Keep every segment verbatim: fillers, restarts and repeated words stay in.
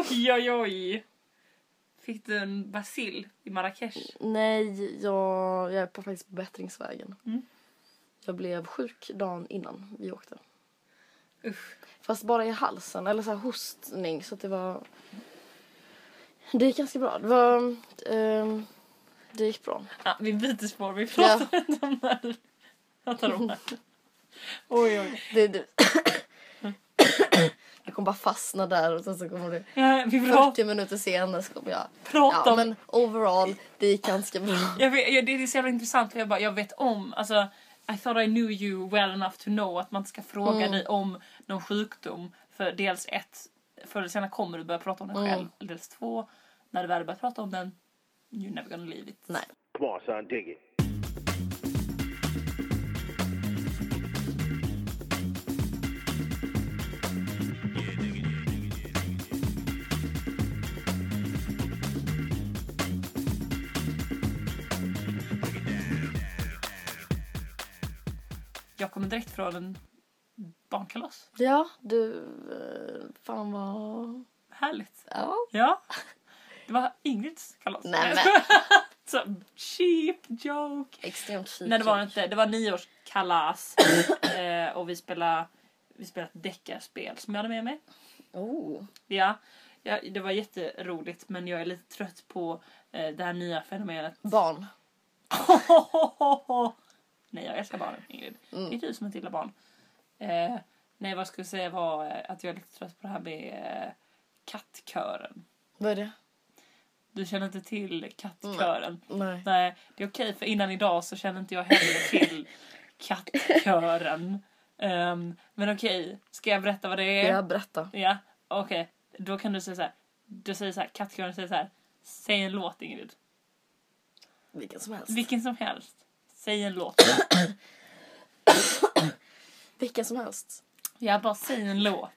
Oj, oj, oj. Fick du en bacill i Marrakesh? Nej, jag, jag är på faktiskt på bättringsvägen. Mm. Jag blev sjuk dagen innan vi åkte. Usch. Fast bara i halsen, eller så här hostning, så att det var... Det gick ganska bra. Det var... Eh, det gick bra. Ja, vi byter spår, vi pratar ja. inte om det här. Jag tar om det. Oj, oj. Det, det. Jag kommer bara fastna där och sen så kommer det ja, vi fyrtio minuter senare så kommer jag... Prata ja, om... men overall, det gick ganska bra. Jag vet, jag, det är så jävla intressant för jag, bara, jag vet om, alltså I thought I knew you well enough to know att man inte ska fråga mm. dig om någon sjukdom. För dels ett, förr eller senare kommer du börja prata om den mm. själv. Eller dels två, när du väl börjar prata om den, you're never gonna leave it. Nej. Come on, son, dig it. Jag kommer direkt från en barnkalas. Ja, du... Fan vad... Härligt. Ja. Ja. Det var Ingrids kalas. Nej, men... Så cheap joke. Extremt cheap. Nej, det var inte. Det var nioårskalas. eh, och vi spelade, vi spelade ett deckarspel som jag hade med mig. Oh. Ja. ja, det var jätteroligt. Men jag är lite trött på eh, det här nya fenomenet. Barn. Nej, jag älskar barnen, Ingrid. Mm. Det är du som inte gillar barn. Eh, nej, vad jag skulle säga var att jag är lite trött på det här med eh, kattkören. Vad är det? Du känner inte till kattkören? Nej. Nej, det är okej, för innan idag så känner inte jag heller till kattkören. Um, men okej, ska jag berätta vad det är? Ja, berätta. Ja, okej. Okay. Då kan du säga så här. Du säger så här, kattkören säger så här. Säg en låt, Ingrid. Vilken som helst. Vilken som helst. Säg en låt. Vilken som helst. Ja, bara säg en låt.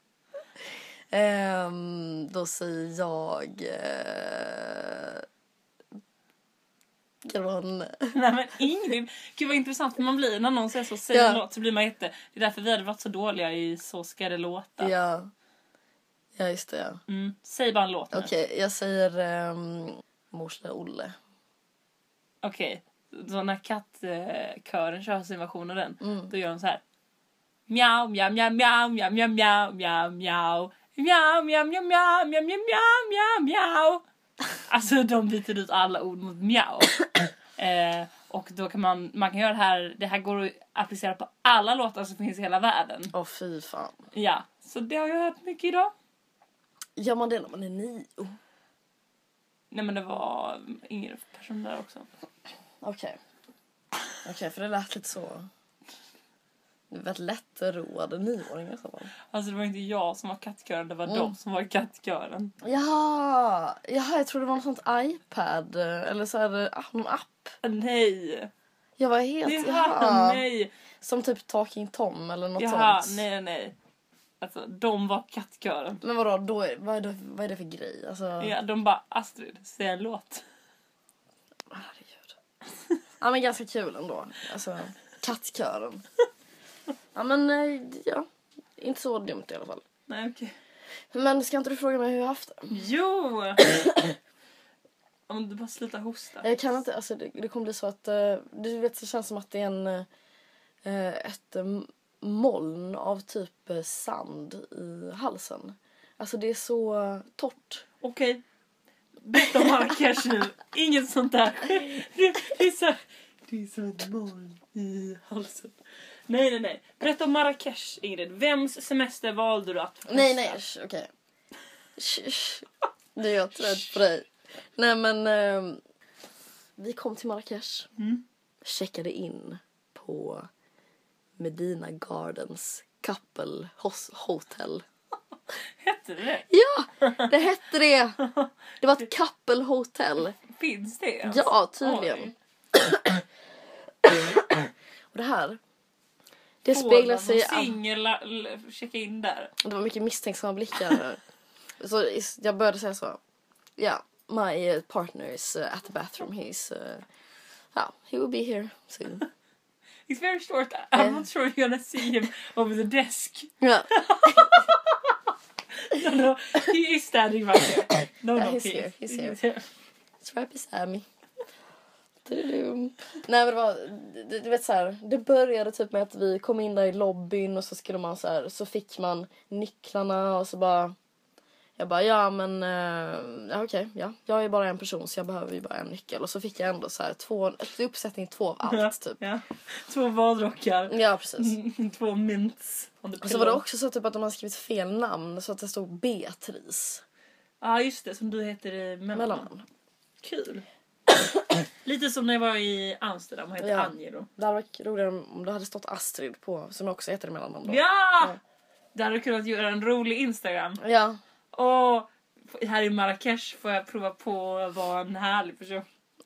Um, då säger jag... Uh, Grann. Nej, men Ingrid. Gud vad intressant, för man blir när någon säger så, säg ja. en låt, så blir man jätte... Det är därför vi hade varit så dåliga i Så ska det låta. Ja. Ja, just det, ja. Mm. Säg bara en låt nu. Okej, okay, jag säger um, Mors lilla Olle. Okej. Okay. Så när kattkören kör sin version av den, mm. då gör de så här. Mjau, mjau, mjau, mjau, mjau, mjau, mjau, mjau, mjau. Mjau, mjau, mjau, mjau, mjau, mjau, mjau, mjau. Alltså de byter ut alla ord mot mjau. eh, och då kan man, man kan göra det här, det här går att applicera på alla låtar som finns i hela världen. Åh, oh, fy fan. Ja, så det har jag hört mycket idag. Ja, man det när man är nio. Nej, men det var yngre personer där också. Okej. Okay. Okej, okay, för det lät lite så... Det var väldigt lättroade nioåringar så. Alltså det var inte jag som var kattkören, det var mm. de som var kattkören. Ja, ja, jag tror det var något sånt iPad eller så här, någon app. Nej. Jag var helt jaha, nej. Som typ Talking Tom eller något jaha, sånt. nej nej. Alltså de var kattkören. Men vadå, då är, vad är det vad är det för grej? Alltså... Ja, de bara Astrid, säg en låt. Herregud. Ja, men ganska kul ändå. Alltså kattkören. Ja, men ja, inte så dumt i alla fall. Nej, okej. Okay. Men ska inte du fråga mig hur jag haft det? Jo! Om du bara slutar hosta. Jag kan inte, alltså det, det kommer bli så att du vet, det känns som att det är en ett moln av typ sand i halsen. Alltså det är så torrt. Okej. Okay. Berätta om Marrakesh nu. Inget sånt där. Det, det är så det är så ett moln i halsen. Nej, nej, nej. Berätta om Marrakesh, Ingrid. Vems semester valde du att festa? Nej, nej, okej. Okay. Nu är jag trött på dig. Nej, men eh, vi kom till Marrakesh. Mm. Checkade in på Medina Gardens Couple Hotel. Hette det det? Ja, det hette det. Det var ett couple hotel. Finns det? Alltså? Ja, tydligen. Och det här... Det får speglar sig... singel checka in där. Det var mycket misstänksamma blickar. Så jag började säga så. Ja, yeah, my partner is uh, at the bathroom. He's... Uh, yeah, he will be here soon. He's very short. I'm yeah. not sure you're gonna see him over the desk. Ja. no, no, he is standing right there. No, Yeah, no, he's he here, is. he's here. It's right beside me. Nej men det var, du, du vet så här, det började typ med att vi kom in där i lobbyn och så skulle man så här, så fick man nycklarna och så bara, jag bara ja men uh, ja, okej, okay, ja, jag är bara en person så jag behöver ju bara en nyckel och så fick jag ändå så här två, ett uppsättning två av allt Ja, typ. ja. Två vadrockar. Ja, precis. Två mints. Och så var det också så typ att de hade skrivit fel namn så att det stod Beatrice. Ja, just det, som du heter i mellannamn. Mellannamn. Kul. Lite som när jag var i Amsterdam och hette Ja. Angelo. Det hade varit roligare om det hade stått Astrid på, som också heter i mellannamn då. Ja! Ja. Där hade du kunnat göra en rolig Instagram. Ja. Och här i Marrakesh får jag prova på att vara en härlig person.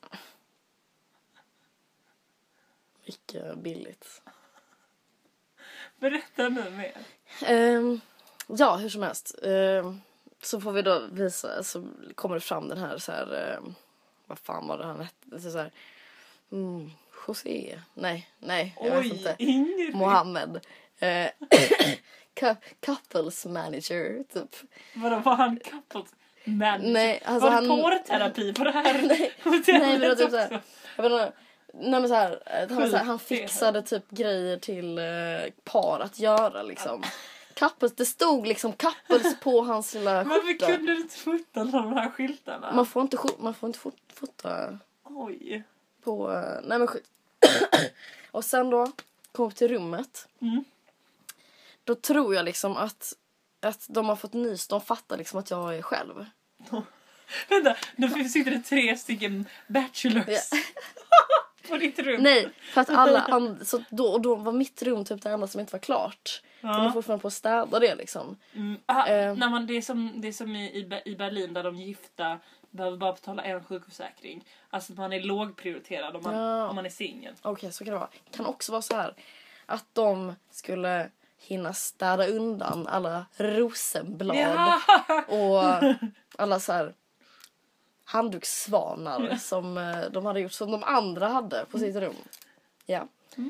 Mycket billigt. Berätta nu mer. Um, ja, hur som helst. Um, så får vi då visa, så kommer det fram den här så här, um, vad fan var det han hette? Så, så här, mm, José. Nej, nej, jag vet Oj, inte. Ingrid. Mohammed. Uh, couples manager, typ. Vadå, var han couples manager? Nej, alltså var det han- porrterapi på det här Nej, hotellet nej, men det var typ också? så här, jag vet inte, nej men så här, att han, så här, han Sjukt. fixade typ grejer till eh, par att göra liksom. Couples, det stod liksom couples på hans lilla Men vi skjorta. kunde du inte fota de här skyltarna? Man får inte, skjort- man får inte fot- fota Oj. på, eh, nej men skit. Och sen då kom upp till rummet. Mm. Då tror jag liksom att, att de har fått nys, de fattar liksom att jag är själv. Vänta, då sitter det tre stycken bachelors Ja. på ditt rum. Nej, för att alla and- så då, och då var mitt rum typ det enda som inte var klart. Ja. De var fortfarande på att städa det liksom. Mm. Aha, Eh. när man, det, är som, det är som i, i Be- i Berlin där de gifta behöver bara betala en sjukförsäkring. Alltså man är lågprioriterad om man, Ja. om man är singel. Okej, så kan det vara. Kan också vara så här att de skulle hinna städa undan alla rosenblad Ja. och alla så här handdukssvanar som eh, de hade gjort som de andra hade på sitt rum. Ja.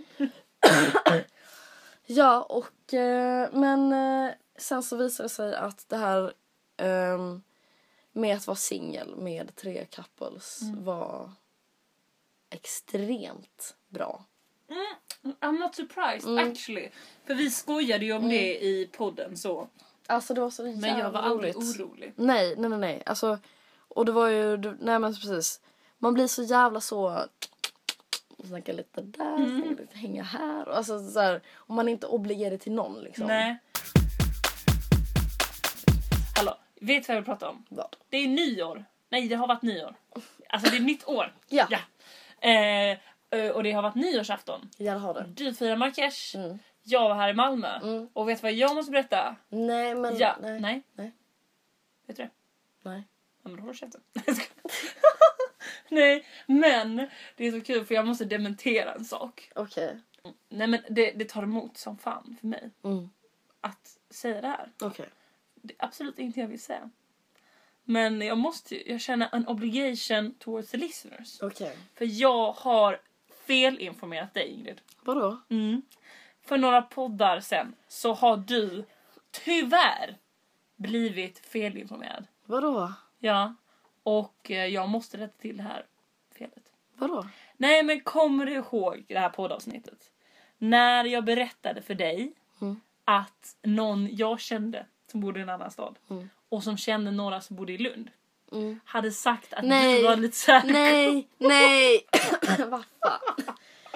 Ja, och eh, men eh, sen så visade det sig att det här ehm, med att vara singel med tre couples var extremt bra. I'm not surprised actually. För vi skojade ju om det i podden så. Alltså det var så jävla Men jag var aldrig roligt. orolig. Nej, nej, nej, nej. Alltså, och det var ju, du- nej men precis. Man blir så jävla så, snacka lite där, snacka lite, hänga här. Alltså så här, om man är inte obligerad till någon liksom. Nej. Hallå, vet du vad jag vill prata om? Vad? Det är nyår. Nej, det har varit nyår. Alltså det är nytt år. Ja. Ja. Eh, eh, och det har varit nyårsafton. Jag har det. Du firar Marrakesh. Mm. Jag var här i Malmö. Mm. Och vet du vad jag måste berätta? Nej, men Ja, nej. nej. Nej. Vet du det? Nej. Ja, men då håller käften. Nej, men det är så kul för jag måste dementera en sak. Okej. Nej, men det, det tar emot som fan för mig Mm. att säga det här. Okej. Det är absolut ingenting jag vill säga. Men jag måste, jag känner en obligation towards the listeners. Okej. För jag har felinformerat dig, Ingrid. Vadå? Mm. För några poddar sen så har du tyvärr blivit felinformerad. Vadå? Ja. Och eh, jag måste rätta till det här felet. Vadå? Nej, men kommer du ihåg det här poddavsnittet? När jag berättade för dig Mm. att någon jag kände som bodde i en annan stad Mm. och som kände några som bodde i Lund Mm. hade sagt att Nej. du var lite så här. Nej, nej. Vad fan?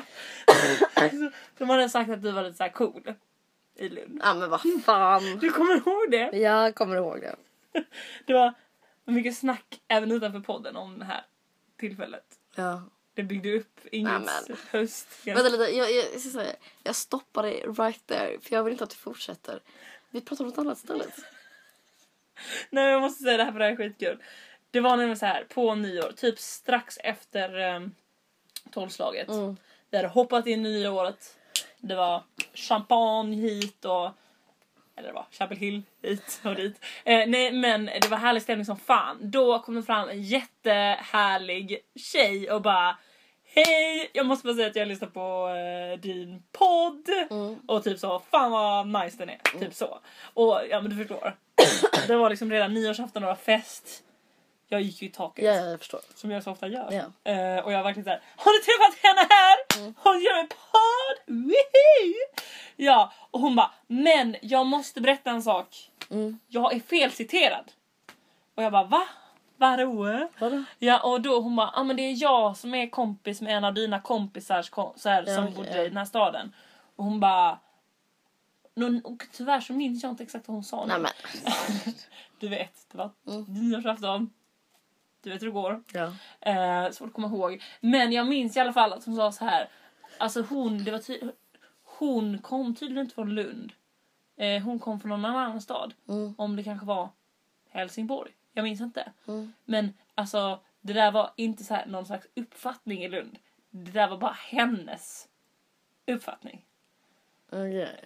De hade sagt att du var lite så här cool i Lund. Ja, men vad fan. Du kommer ihåg det? Jag kommer ihåg det. Det var mycket snack även utanför podden om det här tillfället. Ja. Det byggde upp Ingrids Nämen. höst. Vänta lite, jag, jag, jag, ska säga, jag stoppar dig right there. För jag vill inte att du fortsätter. Vi pratar om något annat istället. Nej, jag måste säga det här för det här är skitkul. Det var nämligen så här på nyår, typ strax efter um, tolvslaget. Mm. Vi hade hoppat in i nyåret. Det var champagne hit och eller det var Chapel Hill hit och dit. Eh, nej, men det var härlig stämning som fan. Då kom det fram en jättehärlig tjej och bara: hej, jag måste bara säga att jag lyssnar på eh, din podd. Mm. Och typ så, fan vad nice den är. Mm. Typ så. Och ja, men du förstår. Det var liksom redan nyårsafton och var fest. Jag gick ju i taket. Ja, jag förstår. Som jag så ofta gör. Ja. Eh, och jag var verkligen såhär, har du träffat henne här? Mm. Hon gör en podd. Woohoo! Ja, och hon bara, men jag måste berätta en sak. Mm. Jag är felciterad. Och jag bara, va? Vadå? Vadå? Ja, och då hon bara, ah, men det är jag som är kompis med en av dina kompisar så här, Ja, som okej, bodde ja. i den här staden. Och hon bara, "Nå- och tyvärr så minns jag inte exakt vad hon sa. Nej nu." men. Du vet, det var Mm. nyårsafton. Du vet hur det går. Ja. Eh, svårt att komma ihåg. Men jag minns i alla fall att hon sa så här. Alltså hon, det var ty- hon kom tydligen inte från Lund. Eh, hon kom från någon annan stad. Mm. Om det kanske var Helsingborg. Jag minns inte. Mm. Men alltså det där var inte så här någon slags uppfattning i Lund. Det där var bara hennes uppfattning. Okej.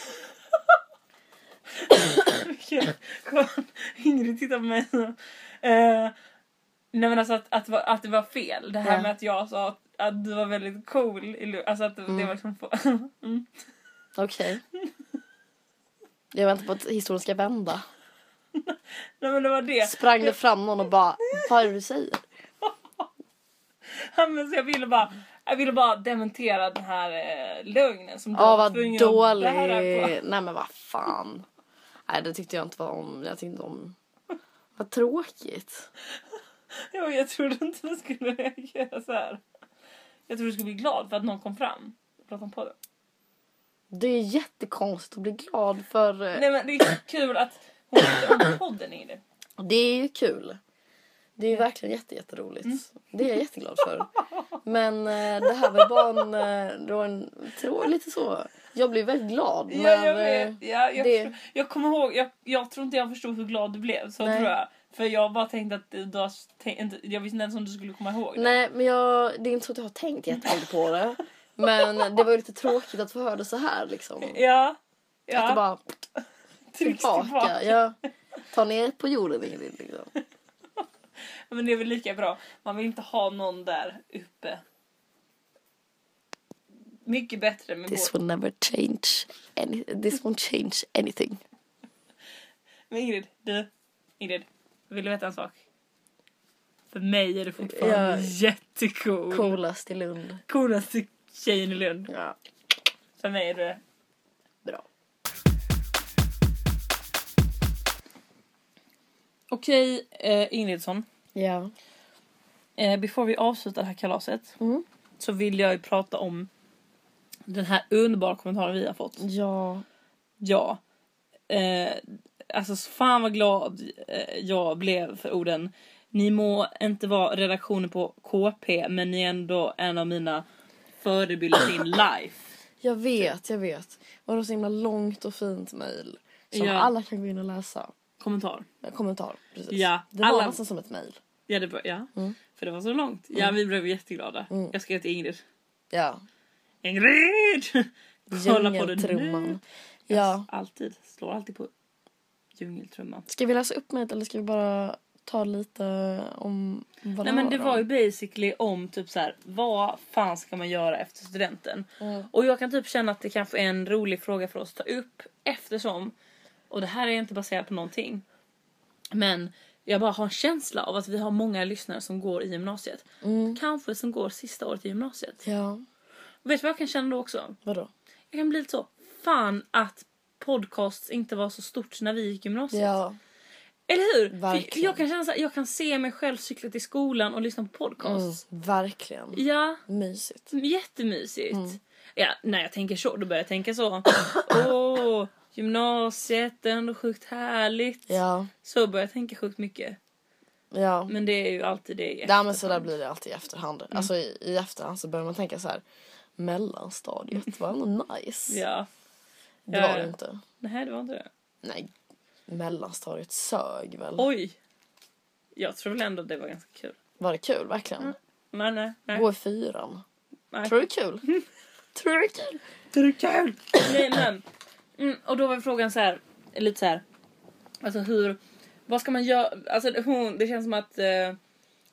Ingrid tittar på mig. Eh, nej men alltså att, att, att det var fel. Det här Ja. med att jag sa att, att du var väldigt cool i Lund. Alltså att det, det Mm. var liksom... mm. Okej. Jag väntar på att historien ska vända. Nej men det var det. Sprang det fram någon och bara, vad är det du säger? Ja, men så jag ville bara... Jag ville bara dementera den här eh, lögnen som du Ja, var vad tvungen att dålig. bära på. Nej men vad fan. Nej, det tyckte jag inte var om. Jag tyckte inte om. Vad tråkigt. Jo, jag trodde inte du skulle reagera så här. Jag trodde du skulle bli glad för att någon kom fram och pratade om podden. Det är jättekonstigt att bli glad för. Nej men det är kul att hon tyckte om podden i det. Det är ju kul. Det är ju verkligen jätte, jätteroligt. Mm. Det är jag jätteglad för. Men eh, det här var bara en, eh, det var en trå, lite så. Jag blev väldigt glad. Ja, Men, jag vet. eh, Ja, jag, det- förstår. Jag kommer ihåg, jag, jag tror inte jag förstod hur glad du blev. Så Nej. tror jag. För jag bara tänkte att du, du har tänkt, inte, jag visste inte ens om du skulle komma ihåg det. Nej, men jag, det är inte så att jag har tänkt jättemycket på det. Men det var ju lite tråkigt att få höra det så här liksom. Ja. Att det Ja. bara Trycks tillbaka. tillbaka. Jag tar ner på jorden Ingrid liksom. Men det är väl lika bra. Man vill inte ha någon där uppe. Mycket bättre med This vår... will never change any, this won't change anything. Men Ingrid, du. Ingrid, vill du veta en sak? För mig är det fortfarande Ja. jättecool. Coolast i Lund. Coolaste tjejen i Lund. Ja, För mig är det... bra. Okej, eh, Ingridsson. Ja. Eh, before vi avslutar det här kalaset. Mm. Så vill jag ju prata om den här underbara kommentaren vi har fått. Ja. Ja. Eh, alltså fan vad glad eh, jag blev för orden. Ni må inte vara redaktionen på K P, men ni är ändå en av mina förebilder in life. Jag vet, jag vet. Och det var så himla långt och fint mejl. Som Ja. alla kan gå in och läsa. Kommentar. Kommentar, precis. Ja, Det var alla- nästan som ett mejl. Ja, det var, ja. Mm. För det var så långt. Ja, vi blev jätteglada. Mm. Jag skrev till Ingrid. Ja. Ingrid! Kolla på den nu. Djungeltrumman. Ja. Alltid. Slår alltid på djungeltrumman. Ska vi läsa upp mejlet eller ska vi bara ta lite om vad Nej, men det då? var ju basically om typ så här, vad fan ska man göra efter studenten? Mm. Och jag kan typ känna att det kanske är en rolig fråga för oss att ta upp eftersom, och det här är inte baserat på någonting, men jag bara har en känsla av att vi har många lyssnare som går i gymnasiet. Mm. Kanske som går sista året i gymnasiet. Ja. Och vet du vad jag kan känna då också? Vadå? Jag kan bli lite så, fan att podcasts inte var så stort när vi gick i gymnasiet. Ja. Eller hur? För Verkligen. jag kan känna så här, jag kan se mig själv cykla till skolan och lyssna på Mm. podcasts. Verkligen. Ja, Mysigt. jättemysigt. Mm. Ja, när jag tänker så, då börjar jag tänka så. Åh, gymnasiet är ändå sjukt härligt. Ja. Så börjar jag tänka sjukt mycket. Ja. Men det är ju alltid det i Ja, men så där efterhand. blir det alltid i efterhand. Mm. Alltså i, i efterhand så börjar man tänka så här. Mellanstadiet var ändå nice. Ja, Det Ja, var ja. det inte. nej det var inte det. Nej. Mellanstadiet sög väl. Oj. Jag tror väl ändå att det var ganska kul. Var det kul verkligen? Mm. Nej, nej, nej. Gå i fyran. nej. Tror du det är kul? Tror du det är kul? Det är kul. Nej, men. Mm, och då var frågan så här, lite så här. Alltså hur, vad ska man göra? Alltså hon, det känns som att eh,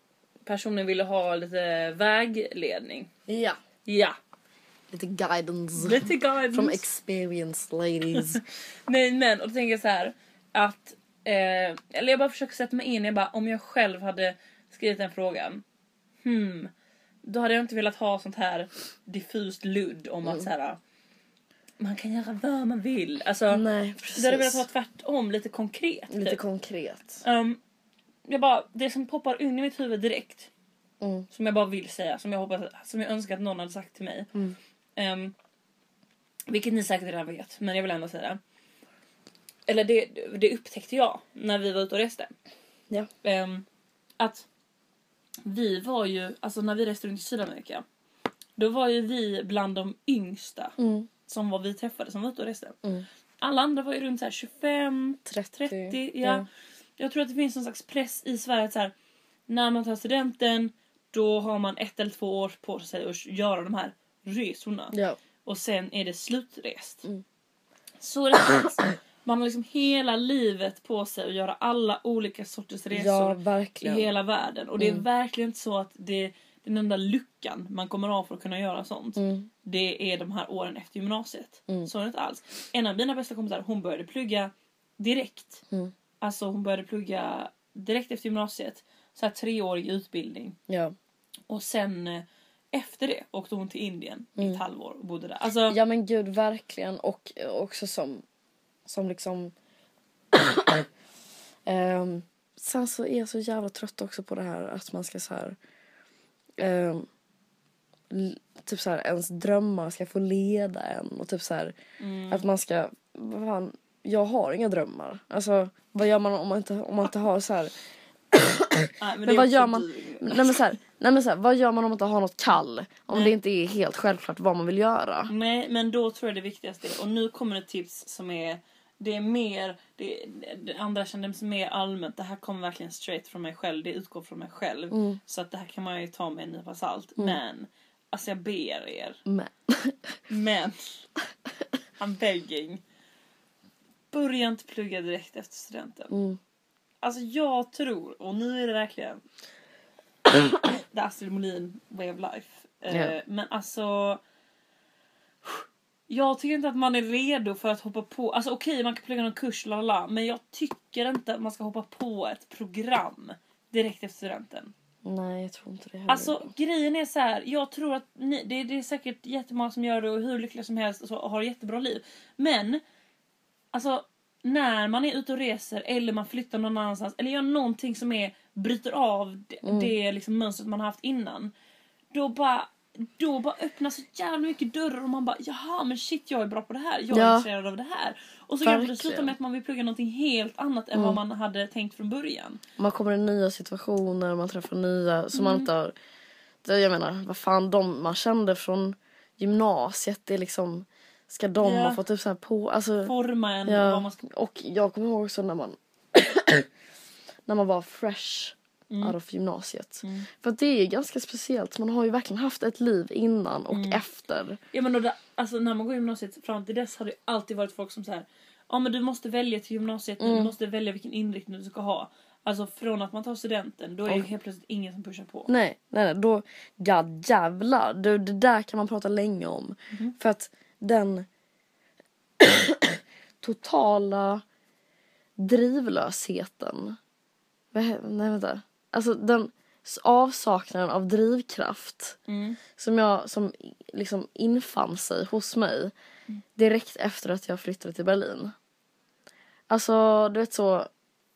personen ville ha lite vägledning. Ja. Ja. Lite guidance. Lite guidance. From experienced ladies. Nej men, och då tänker jag så här att eh, eller jag bara försöker sätta mig in. Jag bara, om jag själv hade skrivit den frågan. Hmm. Då hade jag inte velat ha sånt här diffust ludd om mm. att så här, man kan göra vad man vill. Alltså, nej, precis. Det hade jag velat ha tvärtom, lite konkret. Lite typ. konkret. Um, jag bara, det som poppar in i mitt huvud direkt. Mm. Som jag bara vill säga. Som jag hoppas, som jag önskar att någon hade sagt till mig. Mm. Um, vilket ni säkert redan vet. Men jag vill ändå säga det. Eller det, det upptäckte jag när vi var ute och reste. Ja. Um, att vi var ju, alltså när vi reste runt i Sydamerika. Då var ju vi bland de yngsta. Mm. Som var vi träffade, som var ute och reste. Mm. Alla andra var ju runt så här tjugofem, trettio. trettio. Ja. Ja. Jag tror att det finns någon slags press i Sverige att så här, när man tar studenten, då har man ett eller två år på sig att göra de här resorna. Ja. Och sen är det slutrest. Mm. Så är det faktiskt. Man har liksom hela livet på sig att göra alla olika sorters resor Ja, i verkligen. hela världen. Och det är Mm. verkligen inte så att det den enda luckan man kommer av för att kunna göra sånt. Mm. Det är de här åren efter gymnasiet. Mm. Så är det inte alls. En av mina bästa kompisar, hon började plugga direkt. Mm. Alltså hon började plugga direkt efter gymnasiet. Så här treårig utbildning. Ja. Och sen eh, efter det åkte hon till Indien i Mm. ett halvår och bodde där. Alltså, Ja men gud, verkligen. Och också som som liksom um, sen så är jag så jävla trött också på det här att man ska så här um, l- typ så här ens drömmar ska få leda en och typ så här mm. att man ska vad fan, jag har inga drömmar. Alltså vad gör man om man inte om man inte har så här Nej, men men det är vad också gör man dyrt. nej men så här, nej men så här, vad gör man om man inte har något kall om Nej. det inte är helt självklart vad man vill göra? Nej, men då tror jag det viktigaste är, och nu kommer ett tips som är, det är mer, det, det andra kändes mer allmänt, det här kommer verkligen straight från mig själv, det utgår från mig själv, Mm. så att det här kan man ju ta med en nypa salt, Mm. men alltså jag ber er, Men men I'm begging, börja inte plugga direkt efter studenten. mm. Alltså jag tror, och nu är det verkligen the Astrid Molin way of life. Yeah. Eh, men alltså jag tycker inte att man är redo för att hoppa på. Alltså okej, okay, man kan plugga någon kurs, lalala, men jag tycker inte att man ska hoppa på ett program direkt efter studenten. Nej, jag tror inte det heller. Alltså grejen är så här, jag tror att ni, det, det är säkert jättemånga som gör det och hur lyckliga som helst och så har jättebra liv. Men alltså när man är ute och reser eller man flyttar någon annanstans eller gör någonting som är bryter av det, Mm. det liksom mönstret man har haft innan, då bara då bara öppnar så jävla mycket dörrar och man bara, jaha men shit, jag är bra på det här, jag är Ja. intresserad av det här. Och så kan det Verkligen. sluta med att man vill plugga någonting helt annat än Mm. vad man hade tänkt från början. Man kommer i nya situationer, man träffar nya som man Mm. inte har. Det, jag menar, vad fan de man kände från gymnasiet, det är liksom ska de Ja. ha fått typ så här på alltså Forma en vad ja. man ska... Och jag kommer ihåg också när man när man var fresh Mm. out of gymnasiet. Mm. För att det är ganska speciellt. Man har ju verkligen haft ett liv innan och Mm. efter. Ja men då, det, alltså när man går i gymnasiet fram till dess har det alltid varit folk som så här, ja men du måste välja till gymnasiet nu, Mm. du måste välja vilken inriktning du ska ha. Alltså från att man tar studenten, då är det Och- helt plötsligt ingen som pushar på. Nej, nej, nej. Då, ja jävlar. Det, det där kan man prata länge om. Mhm. För att den totala drivlösheten. Nej, vänta. Alltså den avsaknaden av drivkraft Mm. som jag som liksom infann sig hos mig direkt efter att jag flyttade till Berlin. Alltså, du vet så,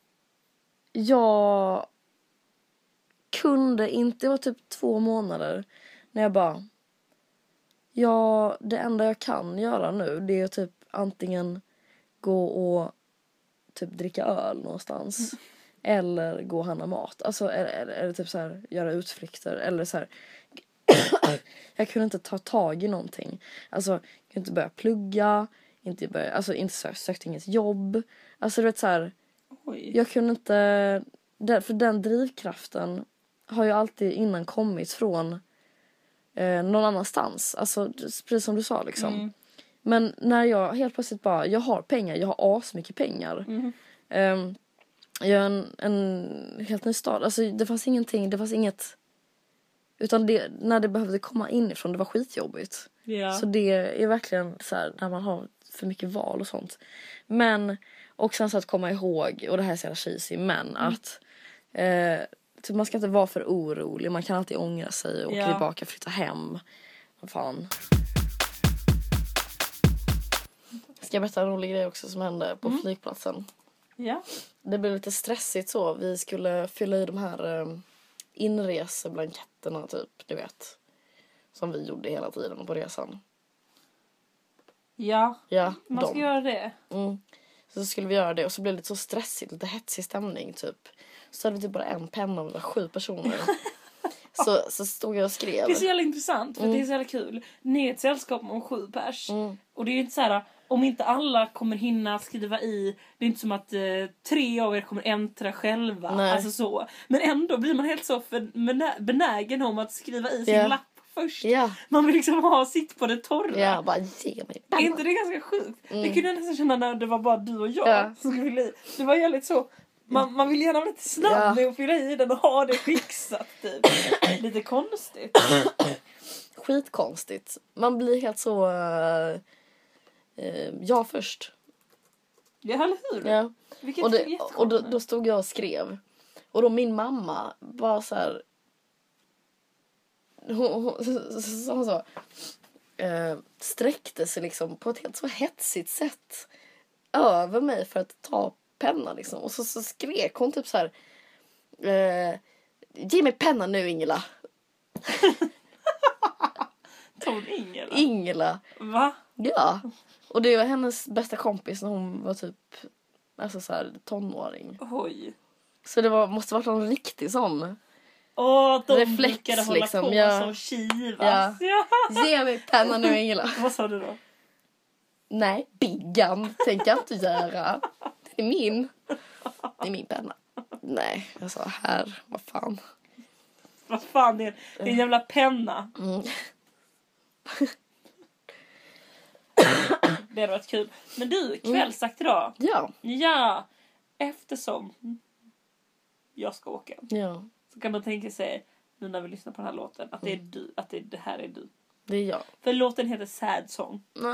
jag kunde inte, det var typ två månader när jag bara, ja, det enda jag kan göra nu det är att typ antingen gå och typ dricka öl någonstans eller gå och handla mat. Alltså eller, eller, eller typ så här göra utflykter eller så här. Jag kunde inte ta tag i någonting. Alltså jag kunde inte börja plugga, inte börja, alltså inte sö- sökte inget jobb. Alltså du vet så här, Oj. jag kunde inte, där- för den drivkraften har ju alltid innan kommit från eh, någon annanstans. Alltså precis som du sa liksom. Mm. Men när jag helt plötsligt bara, jag har pengar, jag har asmycket pengar. Mm. Um, jag är en, en helt ny stad. Alltså det fanns ingenting, det fanns inget Utan det, när det behövde komma inifrån, det var skitjobbigt. Ja. Så det är verkligen så här, när man har för mycket val och sånt. Men, och sen så att komma ihåg, och det här är så jävla cheesy, men mm. att eh, typ man ska inte vara för orolig. Man kan alltid ångra sig och ja. åka tillbaka, flytta hem. Vad fan. Ska jag berätta en rolig grej också som hände på mm. flygplatsen? Ja. Det blev lite stressigt så. Vi skulle fylla i de här eh, inreseblanketterna typ, du vet. Som vi gjorde hela tiden på resan. Ja, ja man ska de. göra det. Mm. Så skulle vi göra det och så blev det lite så stressigt, lite hetsig stämning typ. Så hade vi typ bara en penna och sju personer. så, så stod jag och skrev. Det är så jävla intressant för mm. det är så jävla kul. Ni är ett sällskap om sju pers. Mm. Och det är ju inte så här, om inte alla kommer hinna skriva i. Det är inte som att eh, tre av er kommer äntra själva. Nej. Alltså så. Men ändå blir man helt så för benägen om att skriva i sin yeah. lapp först. Yeah. Man vill liksom ha sitt på det torra. Ja, bara ge mig penna. Är inte det ganska sjukt? Mm. Det kunde jag nästan känna när det var bara du och jag yeah. som skulle fylla i. Det var jävligt så. Man, man vill gärna vara lite snabb yeah. med att fylla i den och ha det fixat typ. Lite konstigt. Skitkonstigt. Man blir helt så... Uh, uh, jag först. Ja, eller hur? Ja. Vilket och det, och då, då stod jag och skrev. Och då min mamma var så här... Hon, hon, så, så, så, uh, sträckte sig liksom på ett helt så hetsigt sätt över mig för att ta penna liksom. Och så, så skrek hon typ så här... Uh, ge mig penna nu, Ingela. Tog Ingela? Ingela. Va? Ja. Och det var hennes bästa kompis när hon var typ alltså så här tonåring. Oj. Så det var, måste varit en riktig sån. Åh, de reflex brukade hålla liksom. på Ja. som kivas. Ja. Ja. Ge mig penna nu, Ingela. Vad sa du då? Nej, Biggan tänker jag inte göra. Det är min. Det är min penna. Nej, jag sa här. Vad fan. Vad fan, det är, det är en jävla penna. Mm. Det hade varit kul. Men du, kvällsakt idag. Ja. Ja, eftersom jag ska åka. Ja. Så kan man tänka sig, nu när vi lyssnar på den här låten, att det är du, att det, det här är du. Det är jag. För låten heter Sad Song. Nej.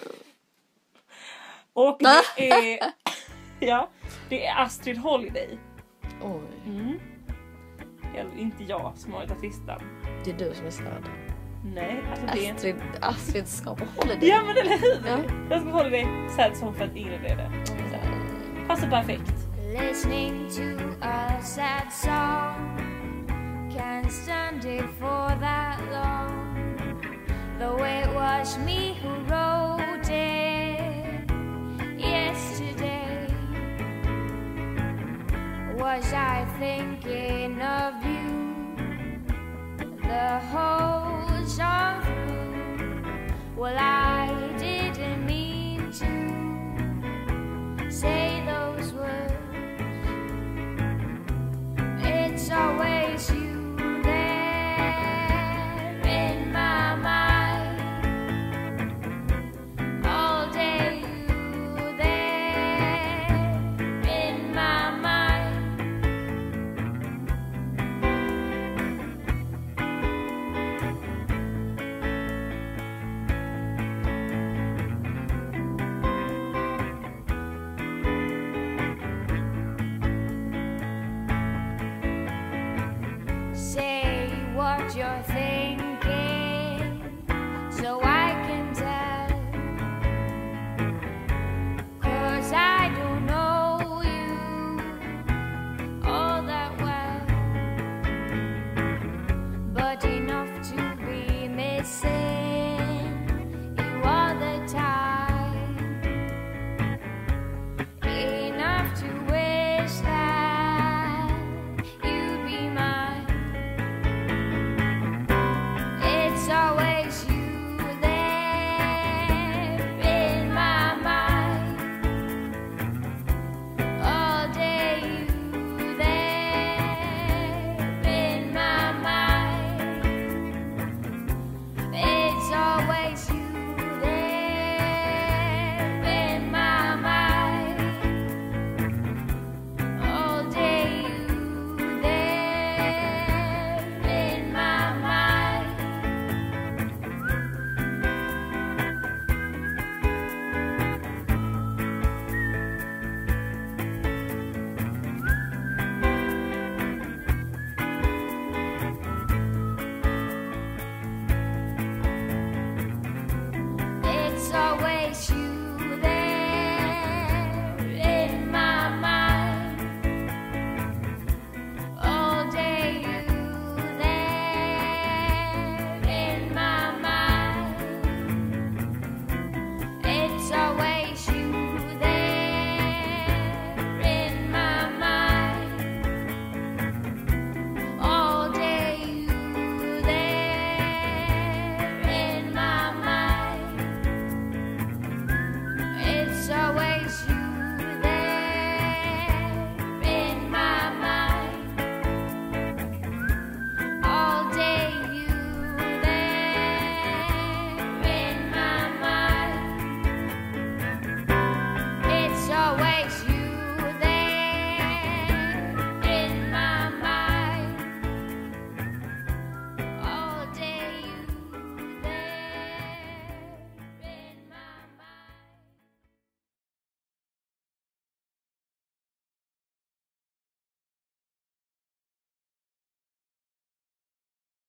Och det är... Ja, det är Astrid Holiday. Oj. Mm. Eller inte jag som har hittat listan. Det är du som är sad. Nej, alltså det är... Astrid, Astrid ska på holiday. Ja, men eller hur? Ja. Jag ska hålla dig Sad Song för att ingen är det. Passar perfekt. Listening to a sad song, can't stand it for that long. Though it was me who wrote it yesterday. Was I thinking of you the whole song through? Well, I didn't mean to say